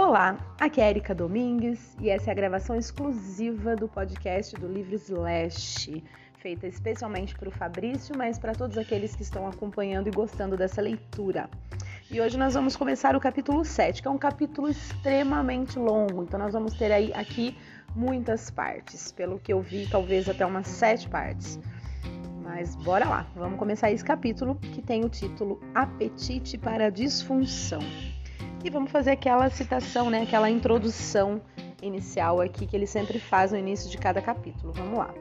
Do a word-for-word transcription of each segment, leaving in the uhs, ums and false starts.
Olá, aqui é a Erika Domingues e essa é a gravação exclusiva do podcast do Livro Slash, feita especialmente para o Fabrício, mas para todos aqueles que estão acompanhando e gostando dessa leitura. E hoje nós vamos começar o capítulo sete, que é um capítulo extremamente longo, então nós vamos ter aí aqui muitas partes, pelo que eu vi, talvez até umas sete partes. Mas bora lá, vamos começar esse capítulo que tem o título Apetite para a Disfunção. E vamos fazer aquela citação, né, aquela introdução inicial aqui que ele sempre faz no início de cada capítulo. Vamos lá.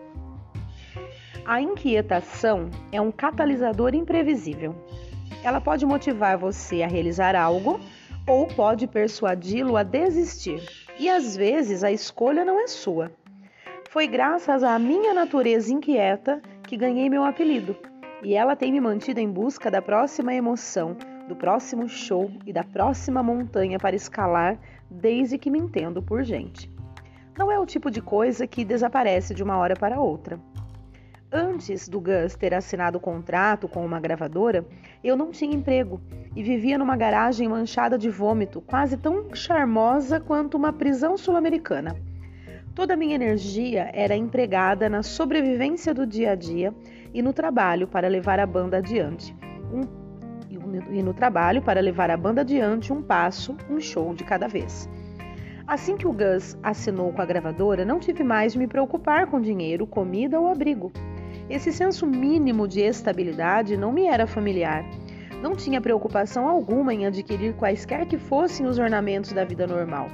A inquietação é um catalisador imprevisível. Ela pode motivar você a realizar algo ou pode persuadi-lo a desistir. E às vezes a escolha não é sua. Foi graças à minha natureza inquieta que ganhei meu apelido. E ela tem me mantido em busca da próxima emoção, do próximo show e da próxima montanha para escalar desde que me entendo por gente. Não é o tipo de coisa que desaparece de uma hora para outra. Antes do Gus ter assinado o contrato com uma gravadora, eu não tinha emprego e vivia numa garagem manchada de vômito, quase tão charmosa quanto uma prisão sul-americana. Toda a minha energia era empregada na sobrevivência do dia a dia e no trabalho para levar a banda adiante. Um e no trabalho para levar a banda adiante um passo, um show de cada vez. Assim que o Gus assinou com a gravadora, não tive mais de me preocupar com dinheiro, comida ou abrigo. Esse senso mínimo de estabilidade não me era familiar. Não tinha preocupação alguma em adquirir quaisquer que fossem os ornamentos da vida normal.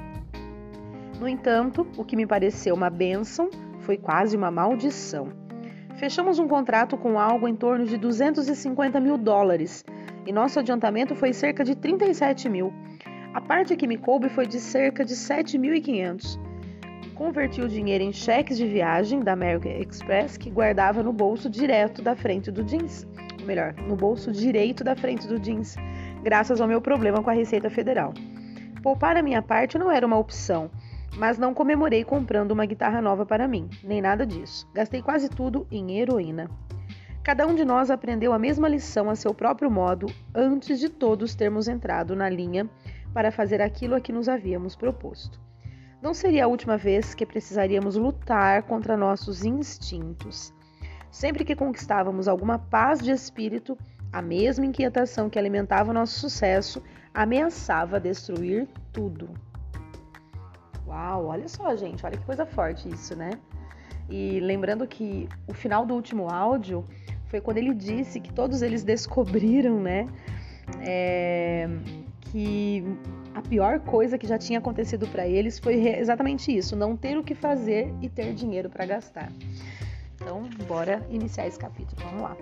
No entanto, o que me pareceu uma bênção foi quase uma maldição. Fechamos um contrato com algo em torno de duzentos e cinquenta mil dólares, e nosso adiantamento foi cerca de trinta e sete mil. A parte que me coube foi de cerca de sete mil e quinhentos. Converti o dinheiro em cheques de viagem da American Express que guardava no bolso direto da frente do jeans. Ou melhor, no bolso direito da frente do jeans, graças ao meu problema com a Receita Federal. Poupar a minha parte não era uma opção, mas não comemorei comprando uma guitarra nova para mim, nem nada disso. Gastei quase tudo em heroína. Cada um de nós aprendeu a mesma lição a seu próprio modo antes de todos termos entrado na linha para fazer aquilo a que nos havíamos proposto. Não seria a última vez que precisaríamos lutar contra nossos instintos. Sempre que conquistávamos alguma paz de espírito, a mesma inquietação que alimentava o nosso sucesso ameaçava destruir tudo. Uau, olha só, gente, olha que coisa forte isso, né? E lembrando que o final do último áudio foi quando ele disse que todos eles descobriram, né, é, que a pior coisa que já tinha acontecido para eles foi exatamente isso, não ter o que fazer e ter dinheiro para gastar. Então, bora iniciar esse capítulo, vamos lá.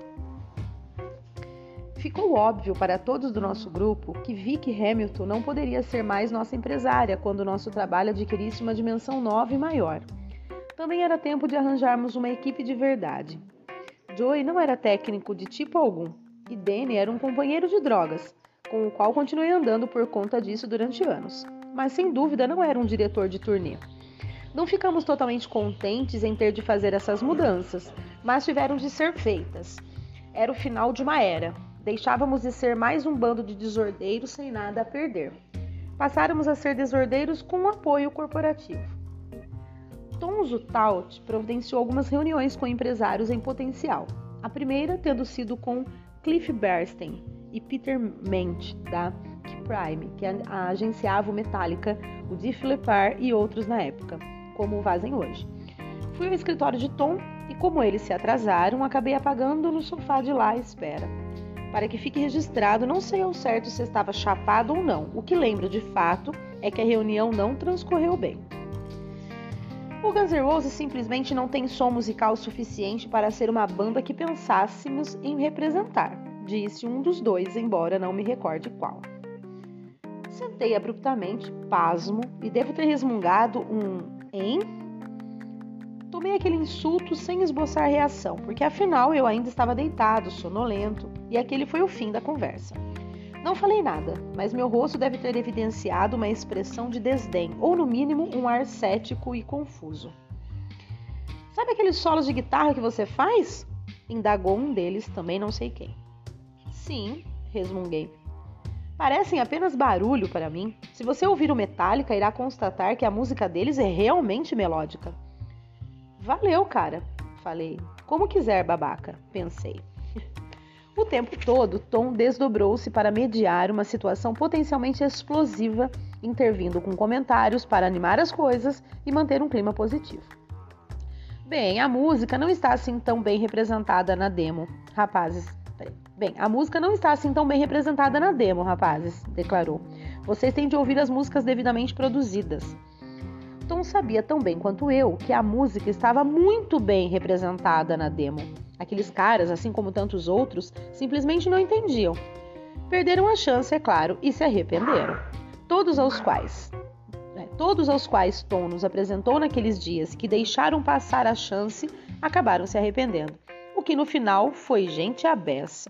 Ficou óbvio para todos do nosso grupo que Vicky Hamilton não poderia ser mais nossa empresária quando o nosso trabalho adquirisse uma dimensão nova e maior. Também era tempo de arranjarmos uma equipe de verdade. Joey não era técnico de tipo algum, e Danny era um companheiro de drogas, com o qual continuei andando por conta disso durante anos, mas sem dúvida não era um diretor de turnê. Não ficamos totalmente contentes em ter de fazer essas mudanças, mas tiveram de ser feitas. Era o final de uma era, deixávamos de ser mais um bando de desordeiros sem nada a perder. Passáramos a ser desordeiros com um apoio corporativo. Tom Zutaut providenciou algumas reuniões com empresários em potencial. A primeira tendo sido com Cliff Bernstein e Peter Mensch, da K-Prime, que agenciava o Metallica, o Def Leppard e outros na época, como fazem hoje. Fui ao escritório de Tom e, como eles se atrasaram, acabei apagando no sofá de lá à espera. Para que fique registrado, não sei ao certo se estava chapado ou não. O que lembro de fato é que a reunião não transcorreu bem. O Guns N' Roses simplesmente não tem som musical suficiente para ser uma banda que pensássemos em representar, disse um dos dois, embora não me recorde qual. Sentei abruptamente, pasmo, e devo ter resmungado um "hein?". Tomei aquele insulto sem esboçar reação, porque afinal eu ainda estava deitado, sonolento, e aquele foi o fim da conversa. Não falei nada, mas meu rosto deve ter evidenciado uma expressão de desdém, ou no mínimo um ar cético e confuso. Sabe aqueles solos de guitarra que você faz? Indagou um deles, também não sei quem. Sim, resmunguei. Parecem apenas barulho para mim. Se você ouvir o Metallica, irá constatar que a música deles é realmente melódica. Valeu, cara, falei. Como quiser, babaca, pensei. O tempo todo, Tom desdobrou-se para mediar uma situação potencialmente explosiva, intervindo com comentários para animar as coisas e manter um clima positivo. Bem, a música não está assim tão bem representada na demo, rapazes. Bem, a música não está assim tão bem representada na demo, rapazes, declarou. Vocês têm de ouvir as músicas devidamente produzidas. Tom sabia tão bem quanto eu que a música estava muito bem representada na demo. Aqueles caras, assim como tantos outros, simplesmente não entendiam. Perderam a chance, é claro, e se arrependeram. Todos aos quais, né, todos aos quais Tom nos apresentou naqueles dias que deixaram passar a chance, acabaram se arrependendo. O que no final foi gente à beça.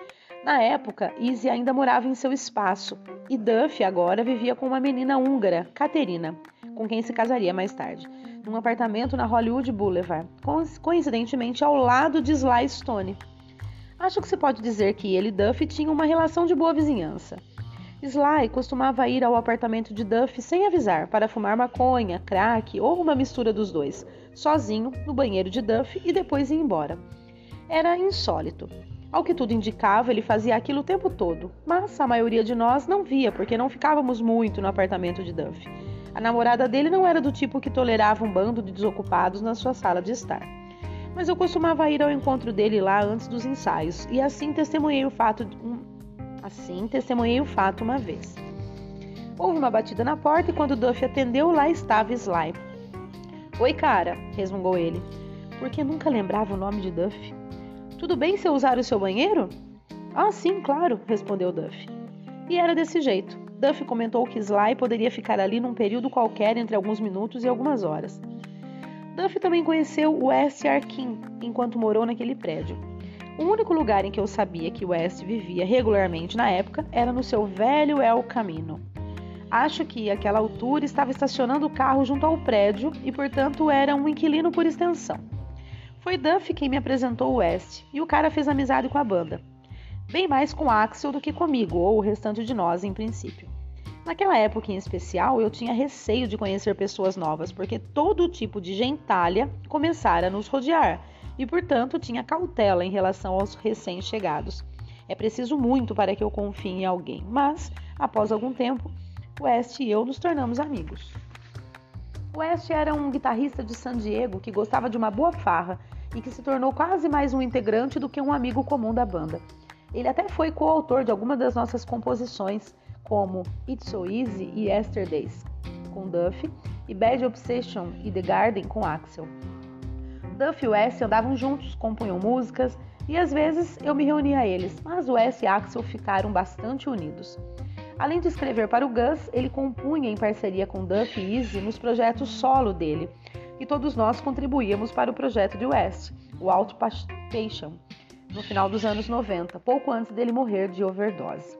Na época, Izzy ainda morava em seu espaço e Duff agora vivia com uma menina húngara, Katerina, com quem se casaria mais tarde, num apartamento na Hollywood Boulevard, coincidentemente ao lado de Sly Stone. Acho que se pode dizer que ele e Duff tinham uma relação de boa vizinhança. Sly costumava ir ao apartamento de Duff sem avisar para fumar maconha, crack ou uma mistura dos dois, sozinho, no banheiro de Duff e depois ir embora. Era insólito. Ao que tudo indicava, ele fazia aquilo o tempo todo, mas a maioria de nós não via porque não ficávamos muito no apartamento de Duff. A namorada dele não era do tipo que tolerava um bando de desocupados na sua sala de estar. Mas eu costumava ir ao encontro dele lá antes dos ensaios, e assim testemunhei o fato, um... assim testemunhei o fato uma vez. Houve uma batida na porta e quando Duff atendeu, lá estava Sly. Oi, cara, resmungou ele, porque nunca lembrava o nome de Duff. Tudo bem se eu usar o seu banheiro? Ah, sim, claro, respondeu Duff. E era desse jeito. Duff comentou que Sly poderia ficar ali num período qualquer entre alguns minutos e algumas horas. Duff também conheceu West Arkin enquanto morou naquele prédio. O único lugar em que eu sabia que West vivia regularmente na época era no seu velho El Camino. Acho que, àquela altura, estava estacionando o carro junto ao prédio e, portanto, era um inquilino por extensão. Foi Duff quem me apresentou o West, e o cara fez amizade com a banda. Bem mais com Axl do que comigo, ou o restante de nós, em princípio. Naquela época em especial, eu tinha receio de conhecer pessoas novas, porque todo tipo de gentalha começara a nos rodear, e, portanto, tinha cautela em relação aos recém-chegados. É preciso muito para que eu confie em alguém, mas, após algum tempo, West e eu nos tornamos amigos. West era um guitarrista de San Diego que gostava de uma boa farra e que se tornou quase mais um integrante do que um amigo comum da banda. Ele até foi coautor de algumas das nossas composições, como It's So Easy e Yesterdays, com Duff, e Bad Obsession e The Garden, com Axl. Duff e West andavam juntos, compunham músicas e às vezes eu me reunia a eles, mas West e Axl ficaram bastante unidos. Além de escrever para o Gus, ele compunha em parceria com Duff e Izzy nos projetos solo dele, e todos nós contribuíamos para o projeto de West, o Outpatient, no final dos anos noventa, pouco antes dele morrer de overdose.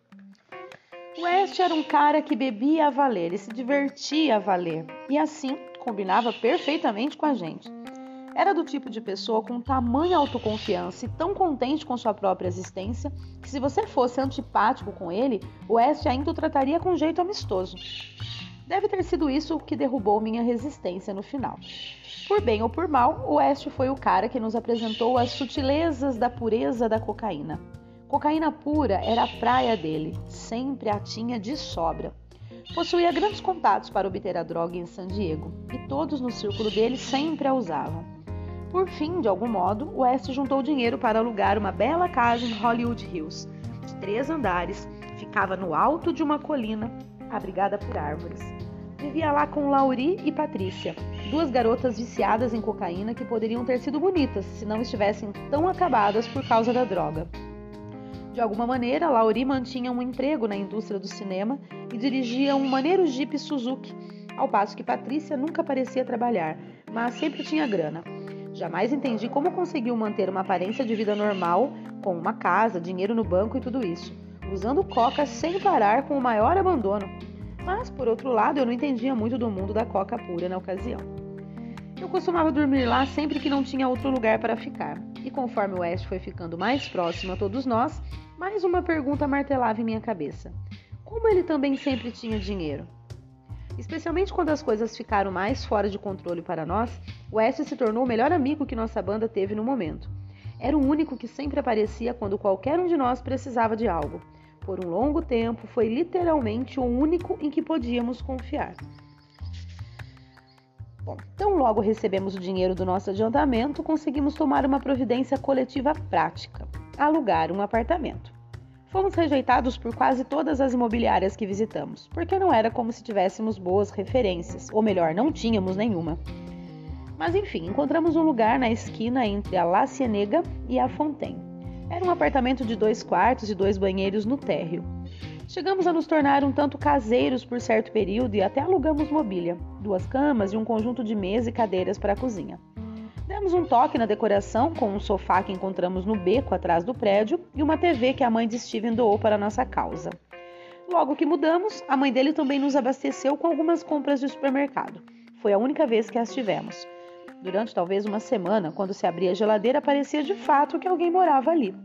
West era um cara que bebia a valer e se divertia a valer, e assim combinava perfeitamente com a gente. Era do tipo de pessoa com tamanha autoconfiança e tão contente com sua própria existência que se você fosse antipático com ele, o West ainda o trataria com jeito amistoso. Deve ter sido isso que derrubou minha resistência no final. Por bem ou por mal, o West foi o cara que nos apresentou as sutilezas da pureza da cocaína. Cocaína pura era a praia dele, sempre a tinha de sobra. Possuía grandes contatos para obter a droga em San Diego, e todos no círculo dele sempre a usavam. Por fim, de algum modo, West juntou dinheiro para alugar uma bela casa em Hollywood Hills, de três andares, ficava no alto de uma colina, abrigada por árvores. Vivia lá com Laurie e Patrícia, duas garotas viciadas em cocaína que poderiam ter sido bonitas se não estivessem tão acabadas por causa da droga. De alguma maneira, Laurie mantinha um emprego na indústria do cinema e dirigia um maneiro Jeep Suzuki, ao passo que Patrícia nunca parecia trabalhar, mas sempre tinha grana. Jamais entendi como conseguiu manter uma aparência de vida normal, com uma casa, dinheiro no banco e tudo isso, usando coca sem parar com o maior abandono. Mas, por outro lado, eu não entendia muito do mundo da coca pura na ocasião. Eu costumava dormir lá sempre que não tinha outro lugar para ficar, e conforme o West foi ficando mais próximo a todos nós, Mais uma pergunta martelava em minha cabeça. Como ele também sempre tinha dinheiro? Especialmente quando as coisas ficaram mais fora de controle para nós, o Wes se tornou o melhor amigo que nossa banda teve no momento. Era o único que sempre aparecia quando qualquer um de nós precisava de algo. Por um longo tempo, foi literalmente o único em que podíamos confiar. Bom, tão logo recebemos o dinheiro do nosso adiantamento, conseguimos tomar uma providência coletiva prática: alugar um apartamento. Fomos rejeitados por quase todas as imobiliárias que visitamos, porque não era como se tivéssemos boas referências, ou melhor, não tínhamos nenhuma. Mas enfim, encontramos um lugar na esquina entre a La Cienega e a Fontaine. Era um apartamento de dois quartos e dois banheiros no térreo. Chegamos a nos tornar um tanto caseiros por certo período e até alugamos mobília, duas camas e um conjunto de mesa e cadeiras para a cozinha. Demos um toque na decoração com um sofá que encontramos no beco atrás do prédio e uma T V que a mãe de Steven doou para a nossa causa. Logo que mudamos, a mãe dele também nos abasteceu com algumas compras de supermercado. Foi a única vez que as tivemos. Durante talvez uma semana, quando se abria a geladeira, parecia de fato que alguém morava ali.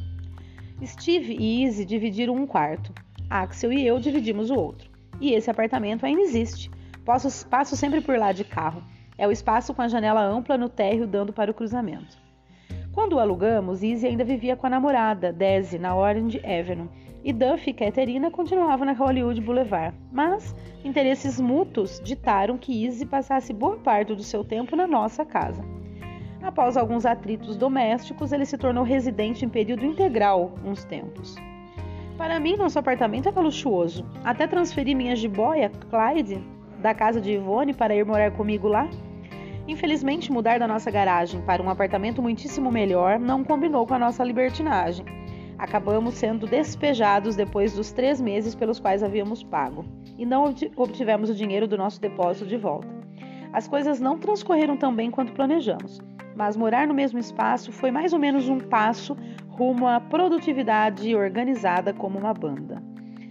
Steve e Izzy dividiram um quarto. Axel e eu dividimos o outro. E esse apartamento ainda existe. Posso, passo sempre por lá de carro. É o espaço com a janela ampla no térreo dando para o cruzamento. Quando o alugamos, Izzy ainda vivia com a namorada, Desi, na Orange Avenue. E Duff e Caterina continuavam na Hollywood Boulevard. Mas interesses mútuos ditaram que Izzy passasse boa parte do seu tempo na nossa casa. Após alguns atritos domésticos, ele se tornou residente em período integral uns tempos. Para mim, nosso apartamento era luxuoso. Até transferi minha jiboia, Clyde, da casa de Yvonne para ir morar comigo lá. Infelizmente, mudar da nossa garagem para um apartamento muitíssimo melhor não combinou com a nossa libertinagem. Acabamos sendo despejados depois dos três meses pelos quais havíamos pago, e não obtivemos o dinheiro do nosso depósito de volta. As coisas não transcorreram tão bem quanto planejamos, mas morar no mesmo espaço foi mais ou menos um passo rumo à produtividade organizada como uma banda.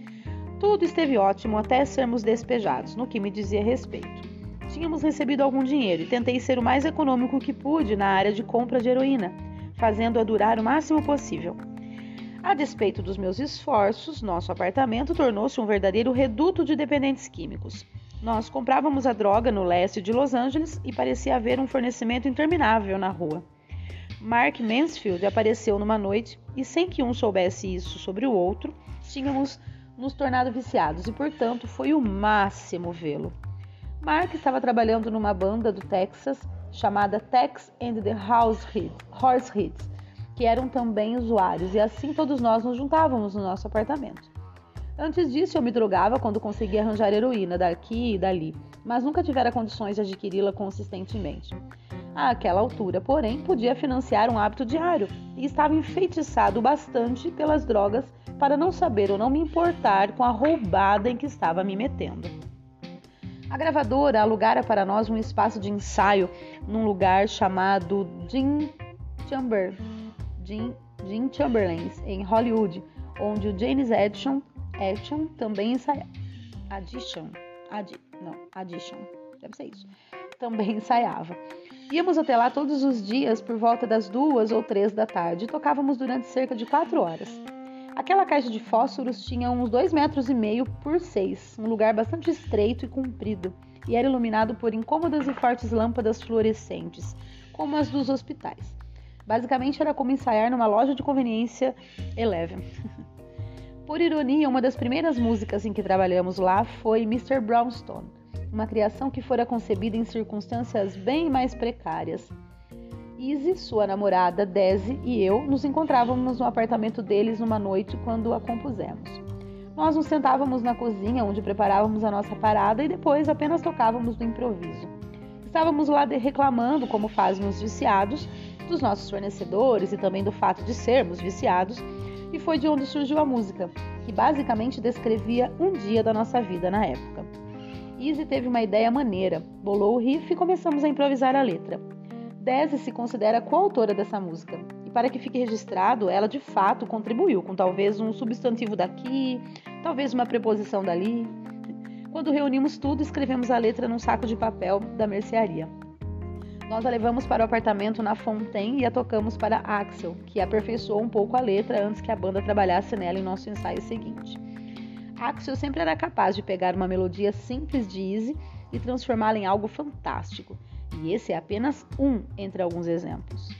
Tudo esteve ótimo até sermos despejados, no que me dizia respeito. Tínhamos recebido algum dinheiro e tentei ser o mais econômico que pude na área de compra de heroína, fazendo-a durar o máximo possível. A despeito dos meus esforços, nosso apartamento tornou-se um verdadeiro reduto de dependentes químicos. Nós comprávamos a droga no leste de Los Angeles e parecia haver um fornecimento interminável na rua. Mark Mansfield apareceu numa noite e, sem que um soubesse isso sobre o outro, tínhamos nos tornado viciados e, portanto, foi o máximo vê-lo. Mark estava trabalhando numa banda do Texas chamada Tex and the Horse Hits, que eram também usuários, e assim todos nós nos juntávamos no nosso apartamento. Antes disso, eu me drogava quando conseguia arranjar heroína daqui e dali, mas nunca tivera condições de adquiri-la consistentemente. Àquela altura, porém, podia financiar um hábito diário e estava enfeitiçado bastante pelas drogas para não saber ou não me importar com a roubada em que estava me metendo. A gravadora alugara para nós um espaço de ensaio num lugar chamado Jim Chamber, Jim, Jim Chamberlain's, em Hollywood, onde o James Addition, Addition também ensaiava. Addition, Addi, não, Addition, deve ser isso. Também ensaiava. Íamos até lá todos os dias por volta das duas ou três da tarde e tocávamos durante cerca de quatro horas. Aquela caixa de fósforos tinha uns dois metros e meio por seis, um lugar bastante estreito e comprido, e era iluminado por incômodas e fortes lâmpadas fluorescentes, como as dos hospitais. Basicamente era como ensaiar numa loja de conveniência Eleven. Por ironia, uma das primeiras músicas em que trabalhamos lá foi mister Brownstone, uma criação que fora concebida em circunstâncias bem mais precárias. Izzy, sua namorada Desi e eu nos encontrávamos no apartamento deles numa noite quando a compusemos. Nós nos sentávamos na cozinha onde preparávamos a nossa parada e depois apenas tocávamos no improviso. Estávamos lá reclamando, como fazem os viciados, dos nossos fornecedores e também do fato de sermos viciados, e foi de onde surgiu a música, que basicamente descrevia um dia da nossa vida na época. Izzy teve uma ideia maneira, bolou o riff e começamos a improvisar a letra. Desi se considera coautora dessa música, e para que fique registrado, ela de fato contribuiu com talvez um substantivo daqui, talvez uma preposição dali. Quando reunimos tudo, escrevemos a letra num saco de papel da mercearia. Nós a levamos para o apartamento na Fontaine e a tocamos para Axel, que aperfeiçoou um pouco a letra antes que a banda trabalhasse nela em nosso ensaio seguinte. Axel sempre era capaz de pegar uma melodia simples de Easy e transformá-la em algo fantástico, e esse é apenas um entre alguns exemplos.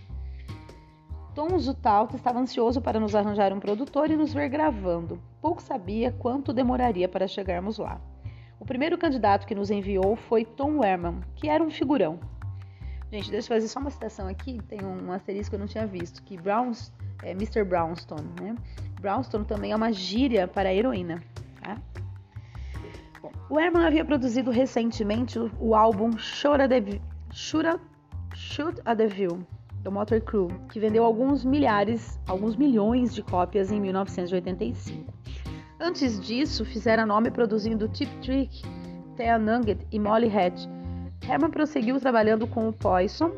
Tom Zutaut estava ansioso para nos arranjar um produtor e nos ver gravando. Pouco sabia quanto demoraria para chegarmos lá. O primeiro candidato que nos enviou foi Tom Werman, que era um figurão. Gente, deixa eu fazer só uma citação aqui, tem um asterisco que eu não tinha visto, que Browns, é mister Brownstone, né? Brownstone também é uma gíria para heroína. Tá? Bom, o Herman havia produzido recentemente o, o álbum Shoot at the, Shoot, Shoot at the View, do Motley Crue, que vendeu alguns milhares, alguns milhões de cópias em mil novecentos e oitenta e cinco. Antes disso, fizeram nome produzindo Cheap Trick, Thea Nugget e Molly Hatch. Herman prosseguiu trabalhando com o Poison,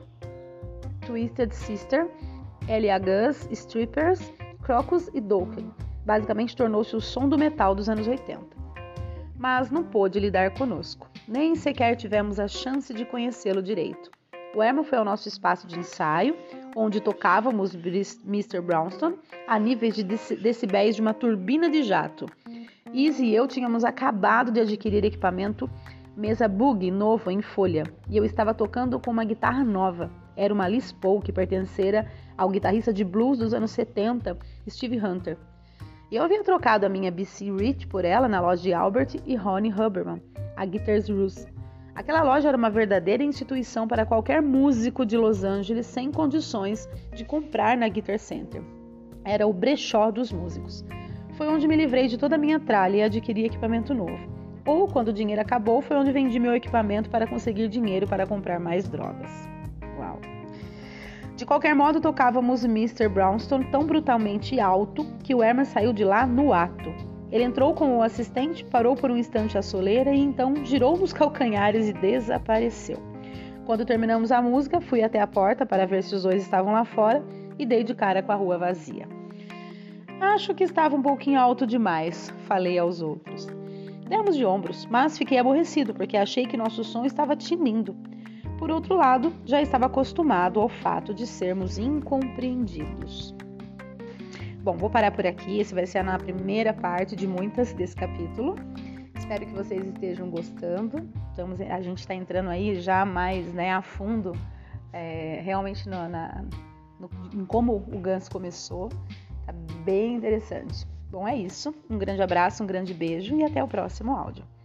Twisted Sister, L A Gus, Strippers, Crocus e Dokken. Basicamente tornou-se o som do metal dos anos oitenta. Mas não pôde lidar conosco. Nem sequer tivemos a chance de conhecê-lo direito. O Herman foi ao nosso espaço de ensaio, onde tocávamos mister Brownstone a níveis de decibéis de uma turbina de jato. Izzy e eu tínhamos acabado de adquirir equipamento mesa Boogie novo em folha, e eu estava tocando com uma guitarra nova. Era uma Les Paul que pertencera ao guitarrista de blues dos anos setenta, Steve Hunter. Eu havia trocado a minha B C Rich por ela na loja de Albert e Ronnie Huberman, a Guitars Rus. Aquela loja era uma verdadeira instituição para qualquer músico de Los Angeles sem condições de comprar na Guitar Center. Era o brechó dos músicos. Foi onde me livrei de toda a minha tralha e adquiri equipamento novo. Ou, quando o dinheiro acabou, foi onde vendi meu equipamento para conseguir dinheiro para comprar mais drogas. Uau! De qualquer modo, tocávamos mister Brownstone tão brutalmente alto que o Herman saiu de lá no ato. Ele entrou com o assistente, parou por um instante a soleira e então girou nos calcanhares e desapareceu. Quando terminamos a música, fui até a porta para ver se os dois estavam lá fora e dei de cara com a rua vazia. Acho que estava um pouquinho alto demais, falei aos outros. Demos de ombros, mas fiquei aborrecido porque achei que nosso som estava tinindo. Por outro lado, já estava acostumado ao fato de sermos incompreendidos. Bom, vou parar por aqui. Esse vai ser a primeira parte de muitas desse capítulo. Espero que vocês estejam gostando. Estamos, a gente está entrando aí já mais, né, a fundo, é, realmente no, na, no, em como o Guns começou. Tá bem interessante. Bom, é isso. Um grande abraço, um grande beijo e até o próximo áudio.